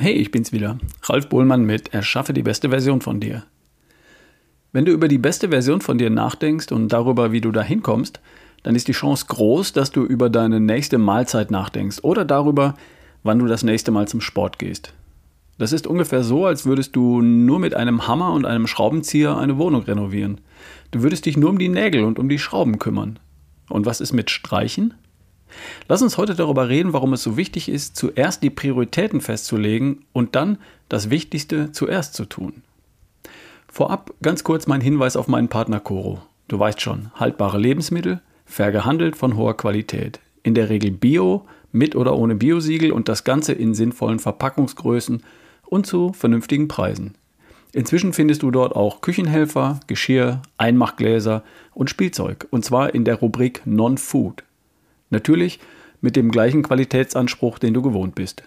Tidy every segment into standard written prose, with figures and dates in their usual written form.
Hey, ich bin's wieder, Ralf Bohlmann mit Erschaffe die beste Version von dir. Wenn du über die beste Version von dir nachdenkst und darüber, wie du da hinkommst, dann ist die Chance groß, dass du über deine nächste Mahlzeit nachdenkst oder darüber, wann du das nächste Mal zum Sport gehst. Das ist ungefähr so, als würdest du nur mit einem Hammer und einem Schraubenzieher eine Wohnung renovieren. Du würdest dich nur um die Nägel und um die Schrauben kümmern. Und was ist mit Streichen? Lass uns heute darüber reden, warum es so wichtig ist, zuerst die Prioritäten festzulegen und dann das Wichtigste zuerst zu tun. Vorab ganz kurz mein Hinweis auf meinen Partner Coro. Du weißt schon, haltbare Lebensmittel, fair gehandelt, von hoher Qualität. In der Regel Bio, mit oder ohne Biosiegel und das Ganze in sinnvollen Verpackungsgrößen und zu vernünftigen Preisen. Inzwischen findest du dort auch Küchenhelfer, Geschirr, Einmachgläser und Spielzeug, und zwar in der Rubrik Non-Food. Natürlich mit dem gleichen Qualitätsanspruch, den du gewohnt bist.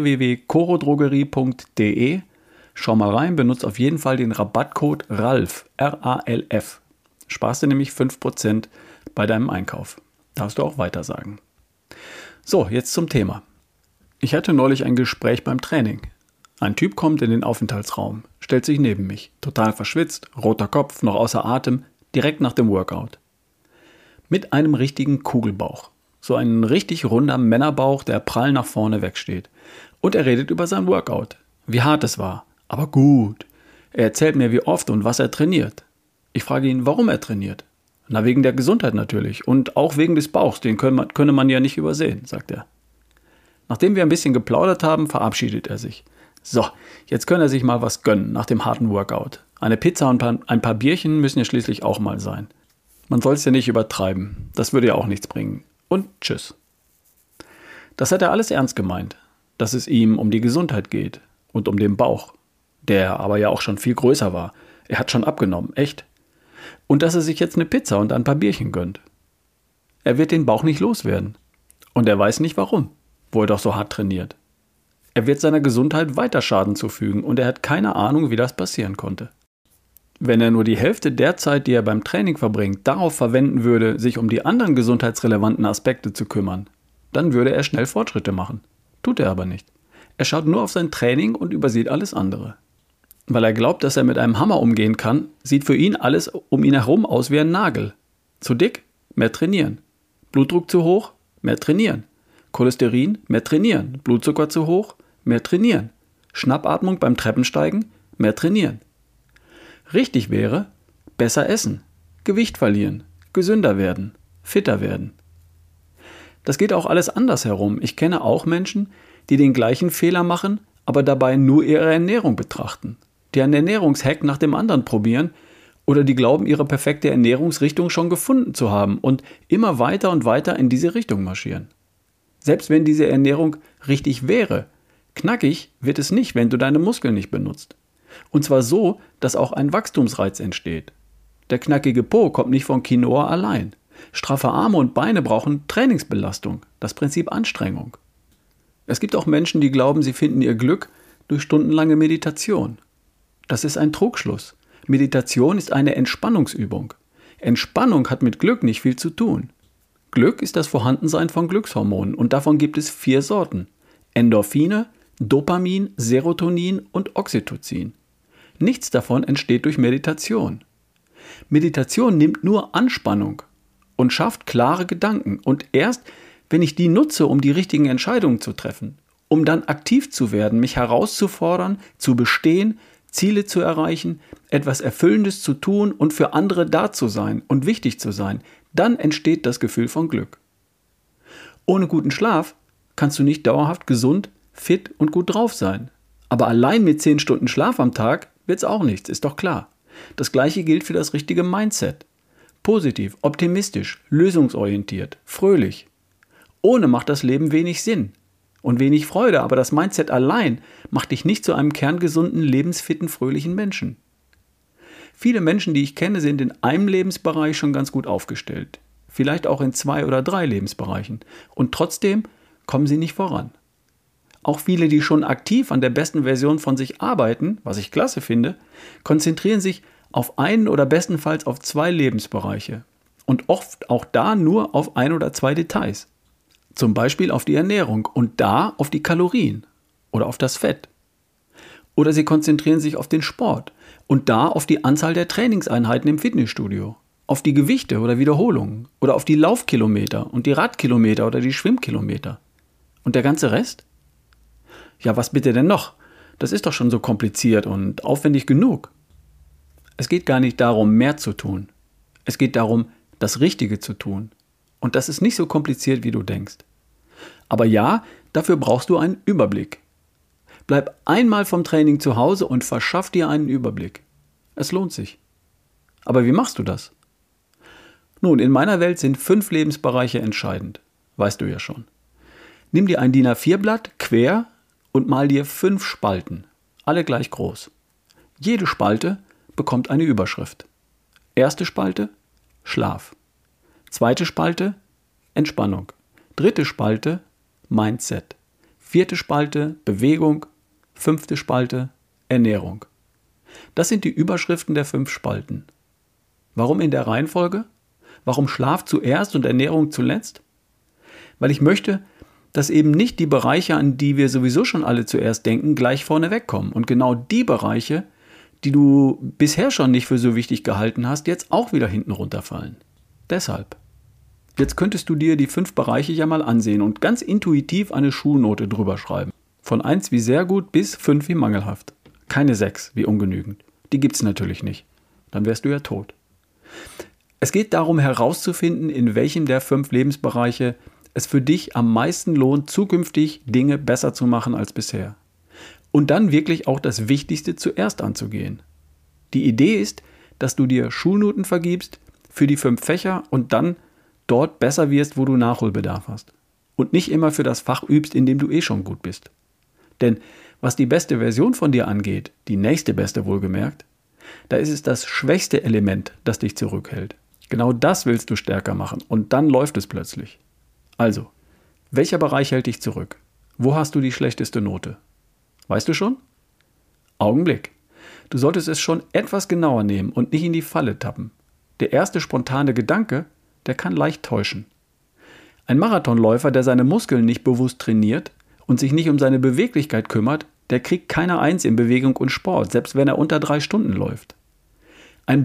www.corodrogerie.de. Schau mal rein, benutzt auf jeden Fall den Rabattcode RALF, R-A-L-F. Sparst du nämlich 5% bei deinem Einkauf. Darfst du auch weitersagen. So, jetzt zum Thema. Ich hatte neulich ein Gespräch beim Training. Ein Typ kommt in den Aufenthaltsraum, stellt sich neben mich, total verschwitzt, roter Kopf, noch außer Atem, direkt nach dem Workout. Mit einem richtigen Kugelbauch. So ein richtig runder Männerbauch, der prall nach vorne wegsteht. Und er redet über sein Workout. Wie hart es war. Aber gut. Er erzählt mir, wie oft und was er trainiert. Ich frage ihn, warum er trainiert. Na, wegen der Gesundheit natürlich. Und auch wegen des Bauchs. Den könne man ja nicht übersehen, sagt er. Nachdem wir ein bisschen geplaudert haben, verabschiedet er sich. So, jetzt kann er sich mal was gönnen nach dem harten Workout. Eine Pizza und ein paar Bierchen müssen ja schließlich auch mal sein. Man soll es ja nicht übertreiben. Das würde ja auch nichts bringen. Und tschüss. Das hat er alles ernst gemeint, dass es ihm um die Gesundheit geht und um den Bauch, der aber ja auch schon viel größer war. Er hat schon abgenommen, echt. Und dass er sich jetzt eine Pizza und ein paar Bierchen gönnt. Er wird den Bauch nicht loswerden. Und er weiß nicht warum, wo er doch so hart trainiert. Er wird seiner Gesundheit weiter Schaden zufügen und er hat keine Ahnung, wie das passieren konnte. Wenn er nur die Hälfte der Zeit, die er beim Training verbringt, darauf verwenden würde, sich um die anderen gesundheitsrelevanten Aspekte zu kümmern, dann würde er schnell Fortschritte machen. Tut er aber nicht. Er schaut nur auf sein Training und übersieht alles andere. Weil er glaubt, dass er mit einem Hammer umgehen kann, sieht für ihn alles um ihn herum aus wie ein Nagel. Zu dick? Mehr trainieren. Blutdruck zu hoch? Mehr trainieren. Cholesterin? Mehr trainieren. Blutzucker zu hoch? Mehr trainieren. Schnappatmung beim Treppensteigen? Mehr trainieren. Richtig wäre, besser essen, Gewicht verlieren, gesünder werden, fitter werden. Das geht auch alles anders herum. Ich kenne auch Menschen, die den gleichen Fehler machen, aber dabei nur ihre Ernährung betrachten, die einen Ernährungshack nach dem anderen probieren oder die glauben, ihre perfekte Ernährungsrichtung schon gefunden zu haben und immer weiter und weiter in diese Richtung marschieren. Selbst wenn diese Ernährung richtig wäre, knackig wird es nicht, wenn du deine Muskeln nicht benutzt. Und zwar so, dass auch ein Wachstumsreiz entsteht. Der knackige Po kommt nicht von Quinoa allein. Straffe Arme und Beine brauchen Trainingsbelastung, das Prinzip Anstrengung. Es gibt auch Menschen, die glauben, sie finden ihr Glück durch stundenlange Meditation. Das ist ein Trugschluss. Meditation ist eine Entspannungsübung. Entspannung hat mit Glück nicht viel zu tun. Glück ist das Vorhandensein von Glückshormonen und davon gibt es 4 Sorten. Endorphine, Dopamin, Serotonin und Oxytocin. Nichts davon entsteht durch Meditation. Meditation nimmt nur Anspannung und schafft klare Gedanken. Und erst, wenn ich die nutze, um die richtigen Entscheidungen zu treffen, um dann aktiv zu werden, mich herauszufordern, zu bestehen, Ziele zu erreichen, etwas Erfüllendes zu tun und für andere da zu sein und wichtig zu sein, dann entsteht das Gefühl von Glück. Ohne guten Schlaf kannst du nicht dauerhaft gesund, fit und gut drauf sein. Aber allein mit 10 Stunden Schlaf am Tag wird's auch nichts, ist doch klar. Das Gleiche gilt für das richtige Mindset. Positiv, optimistisch, lösungsorientiert, fröhlich. Ohne macht das Leben wenig Sinn und wenig Freude, aber das Mindset allein macht dich nicht zu einem kerngesunden, lebensfitten, fröhlichen Menschen. Viele Menschen, die ich kenne, sind in einem Lebensbereich schon ganz gut aufgestellt. Vielleicht auch in 2 oder 3 Lebensbereichen. Und trotzdem kommen sie nicht voran. Auch viele, die schon aktiv an der besten Version von sich arbeiten, was ich klasse finde, konzentrieren sich auf einen oder bestenfalls auf 2 Lebensbereiche und oft auch da nur auf 1 oder 2 Details. Zum Beispiel auf die Ernährung und da auf die Kalorien oder auf das Fett. Oder sie konzentrieren sich auf den Sport und da auf die Anzahl der Trainingseinheiten im Fitnessstudio, auf die Gewichte oder Wiederholungen oder auf die Laufkilometer und die Radkilometer oder die Schwimmkilometer. Und der ganze Rest? Ja, was bitte denn noch? Das ist doch schon so kompliziert und aufwendig genug. Es geht gar nicht darum, mehr zu tun. Es geht darum, das Richtige zu tun. Und das ist nicht so kompliziert, wie du denkst. Aber ja, dafür brauchst du einen Überblick. Bleib einmal vom Training zu Hause und verschaff dir einen Überblick. Es lohnt sich. Aber wie machst du das? Nun, in meiner Welt sind 5 Lebensbereiche entscheidend. Weißt du ja schon. Nimm dir ein DIN A4-Blatt quer und mal dir 5 Spalten. Alle gleich groß. Jede Spalte bekommt eine Überschrift. Erste Spalte: Schlaf. Zweite Spalte: Entspannung. Dritte Spalte: Mindset. Vierte Spalte: Bewegung. Fünfte Spalte: Ernährung. Das sind die Überschriften der 5 Spalten. Warum in der Reihenfolge? Warum Schlaf zuerst und Ernährung zuletzt? Weil ich möchte, dass eben nicht die Bereiche, an die wir sowieso schon alle zuerst denken, gleich vorne wegkommen. Und genau die Bereiche, die du bisher schon nicht für so wichtig gehalten hast, jetzt auch wieder hinten runterfallen. Deshalb. Jetzt könntest du dir die 5 Bereiche ja mal ansehen und ganz intuitiv eine Schulnote drüber schreiben. Von 1 wie sehr gut bis 5 wie mangelhaft. Keine 6 wie ungenügend. Die gibt's natürlich nicht. Dann wärst du ja tot. Es geht darum herauszufinden, in welchem der 5 Lebensbereiche es für dich am meisten lohnt, zukünftig Dinge besser zu machen als bisher. Und dann wirklich auch das Wichtigste zuerst anzugehen. Die Idee ist, dass du dir Schulnoten vergibst für die 5 Fächer und dann dort besser wirst, wo du Nachholbedarf hast. Und nicht immer für das Fach übst, in dem du eh schon gut bist. Denn was die beste Version von dir angeht, die nächste beste wohlgemerkt, da ist es das schwächste Element, das dich zurückhält. Genau das willst du stärker machen und dann läuft es plötzlich. Also, welcher Bereich hält dich zurück? Wo hast du die schlechteste Note? Weißt du schon? Augenblick. Du solltest es schon etwas genauer nehmen und nicht in die Falle tappen. Der erste spontane Gedanke, der kann leicht täuschen. Ein Marathonläufer, der seine Muskeln nicht bewusst trainiert und sich nicht um seine Beweglichkeit kümmert, der kriegt keine 1 in Bewegung und Sport, selbst wenn er unter 3 Stunden läuft. Ein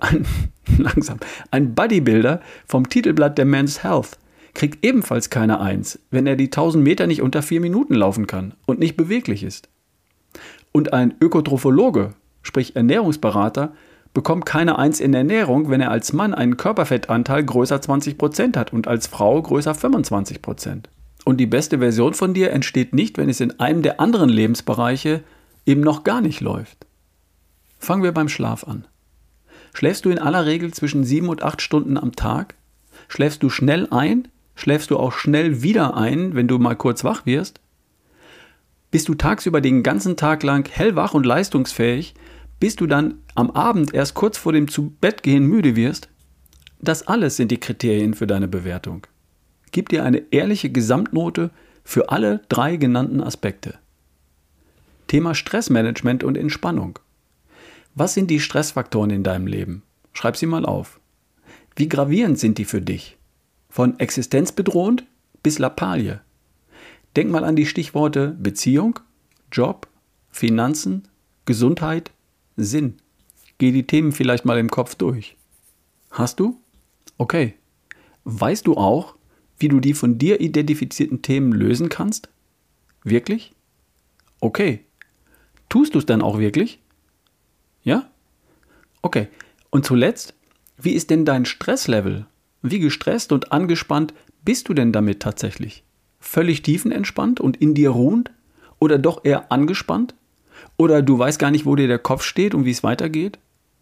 Bodybuilder vom Titelblatt der Men's Health kriegt ebenfalls keine 1, wenn er die 1000 Meter nicht unter 4 Minuten laufen kann und nicht beweglich ist. Und ein Ökotrophologe, sprich Ernährungsberater, bekommt keine 1 in Ernährung, wenn er als Mann einen Körperfettanteil größer 20% hat und als Frau größer 25%. Und die beste Version von dir entsteht nicht, wenn es in einem der anderen Lebensbereiche eben noch gar nicht läuft. Fangen wir beim Schlaf an. Schläfst du in aller Regel zwischen 7 und 8 Stunden am Tag? Schläfst du schnell ein? Schläfst du auch schnell wieder ein, wenn du mal kurz wach wirst? Bist du tagsüber den ganzen Tag lang hellwach und leistungsfähig, bis du dann am Abend erst kurz vor dem Zubettgehen müde wirst? Das alles sind die Kriterien für deine Bewertung. Gib dir eine ehrliche Gesamtnote für alle 3 genannten Aspekte. Thema Stressmanagement und Entspannung. Was sind die Stressfaktoren in deinem Leben? Schreib sie mal auf. Wie gravierend sind die für dich? Von existenzbedrohend bis Lappalie. Denk mal an die Stichworte Beziehung, Job, Finanzen, Gesundheit, Sinn. Geh die Themen vielleicht mal im Kopf durch. Hast du? Okay. Weißt du auch, wie du die von dir identifizierten Themen lösen kannst? Wirklich? Okay. Tust du es dann auch wirklich? Ja? Okay. Und zuletzt, wie ist denn dein Stresslevel? Wie gestresst und angespannt bist du denn damit tatsächlich? Völlig tiefenentspannt und in dir ruhend? Oder doch eher angespannt? Oder du weißt gar nicht, wo dir der Kopf steht und wie es weitergeht?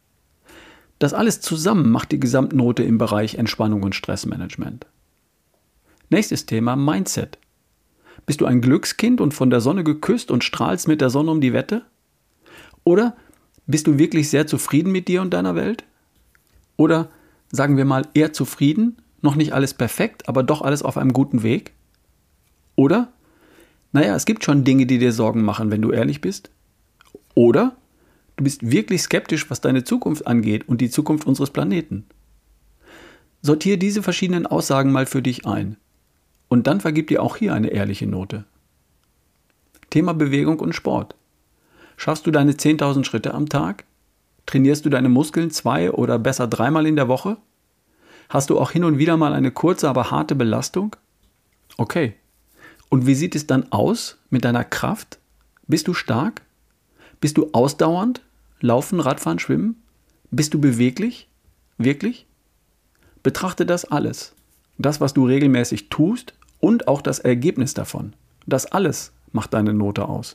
Das alles zusammen macht die Gesamtnote im Bereich Entspannung und Stressmanagement. Nächstes Thema, Mindset. Bist du ein Glückskind und von der Sonne geküsst und strahlst mit der Sonne um die Wette? Oder bist du wirklich sehr zufrieden mit dir und deiner Welt? Oder sagen wir mal eher zufrieden, noch nicht alles perfekt, aber doch alles auf einem guten Weg? Oder, es gibt schon Dinge, die dir Sorgen machen, wenn du ehrlich bist. Oder du bist wirklich skeptisch, was deine Zukunft angeht und die Zukunft unseres Planeten. Sortiere diese verschiedenen Aussagen mal für dich ein. Und dann vergib dir auch hier eine ehrliche Note. Thema Bewegung und Sport. Schaffst du deine 10.000 Schritte am Tag? Trainierst du deine Muskeln 2 oder besser 3-mal in der Woche? Hast du auch hin und wieder mal eine kurze, aber harte Belastung? Okay. Und wie sieht es dann aus mit deiner Kraft? Bist du stark? Bist du ausdauernd? Laufen, Radfahren, Schwimmen? Bist du beweglich? Wirklich? Betrachte das alles. Das, was du regelmäßig tust und auch das Ergebnis davon. Das alles macht deine Note aus.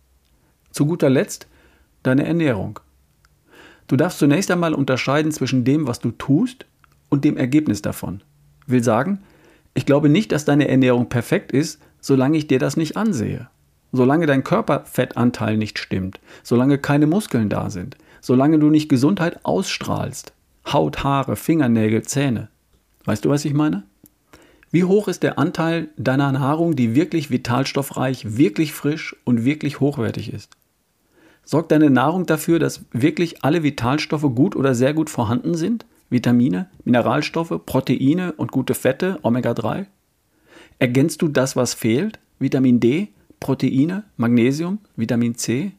Zu guter Letzt deine Ernährung. Du darfst zunächst einmal unterscheiden zwischen dem, was du tust und dem Ergebnis davon. Will sagen, ich glaube nicht, dass deine Ernährung perfekt ist, solange ich dir das nicht ansehe. Solange dein Körperfettanteil nicht stimmt, solange keine Muskeln da sind, solange du nicht Gesundheit ausstrahlst. Haut, Haare, Fingernägel, Zähne. Weißt du, was ich meine? Wie hoch ist der Anteil deiner Nahrung, die wirklich vitalstoffreich, wirklich frisch und wirklich hochwertig ist? Sorgt deine Nahrung dafür, dass wirklich alle Vitalstoffe gut oder sehr gut vorhanden sind? Vitamine, Mineralstoffe, Proteine und gute Fette, Omega-3? Ergänzt du das, was fehlt? Vitamin D, Proteine, Magnesium, Vitamin C?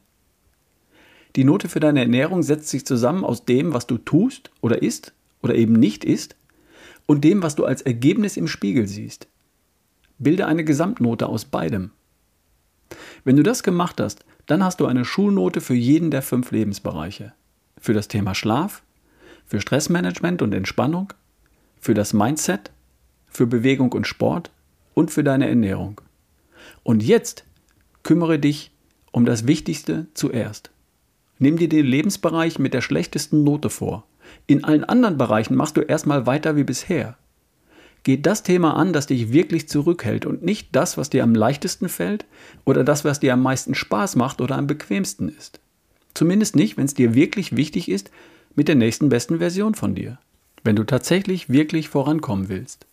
Die Note für deine Ernährung setzt sich zusammen aus dem, was du tust oder isst oder eben nicht isst und dem, was du als Ergebnis im Spiegel siehst. Bilde eine Gesamtnote aus beidem. Wenn du das gemacht hast, dann hast du eine Schulnote für jeden der 5 Lebensbereiche. Für das Thema Schlaf, für Stressmanagement und Entspannung, für das Mindset, für Bewegung und Sport und für deine Ernährung. Und jetzt kümmere dich um das Wichtigste zuerst. Nimm dir den Lebensbereich mit der schlechtesten Note vor. In allen anderen Bereichen machst du erstmal weiter wie bisher. Geh das Thema an, das dich wirklich zurückhält und nicht das, was dir am leichtesten fällt oder das, was dir am meisten Spaß macht oder am bequemsten ist. Zumindest nicht, wenn es dir wirklich wichtig ist, mit der nächsten besten Version von dir. Wenn du tatsächlich wirklich vorankommen willst.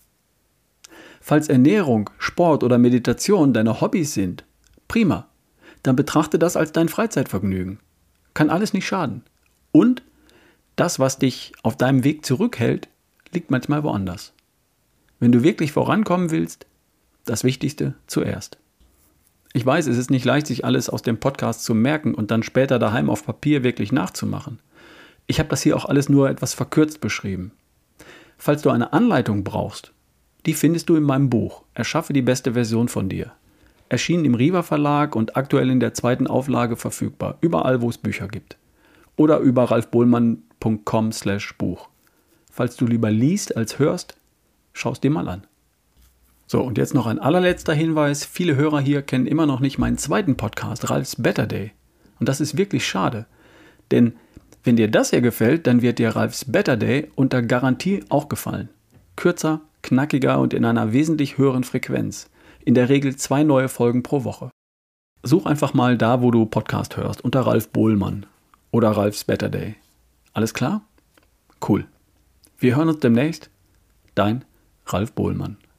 Falls Ernährung, Sport oder Meditation deine Hobbys sind, prima. Dann betrachte das als dein Freizeitvergnügen. Kann alles nicht schaden. Und das, was dich auf deinem Weg zurückhält, liegt manchmal woanders. Wenn du wirklich vorankommen willst, das Wichtigste zuerst. Ich weiß, es ist nicht leicht, sich alles aus dem Podcast zu merken und dann später daheim auf Papier wirklich nachzumachen. Ich habe das hier auch alles nur etwas verkürzt beschrieben. Falls du eine Anleitung brauchst, die findest du in meinem Buch Erschaffe die beste Version von dir. Erschienen im Riva Verlag und aktuell in der 2. Auflage verfügbar, überall wo es Bücher gibt. Oder über ralfbohlmann.com/Buch. Falls du lieber liest als hörst, schau es dir mal an. So, und jetzt noch ein allerletzter Hinweis. Viele Hörer hier kennen immer noch nicht meinen zweiten Podcast, Ralf's Better Day. Und das ist wirklich schade. Denn wenn dir das hier gefällt, dann wird dir Ralf's Better Day unter Garantie auch gefallen. Kürzer, knackiger und in einer wesentlich höheren Frequenz. In der Regel 2 neue Folgen pro Woche. Such einfach mal da, wo du Podcast hörst, unter Ralf Bohlmann oder Ralf's Better Day. Alles klar? Cool. Wir hören uns demnächst. Dein Ralf Bohlmann.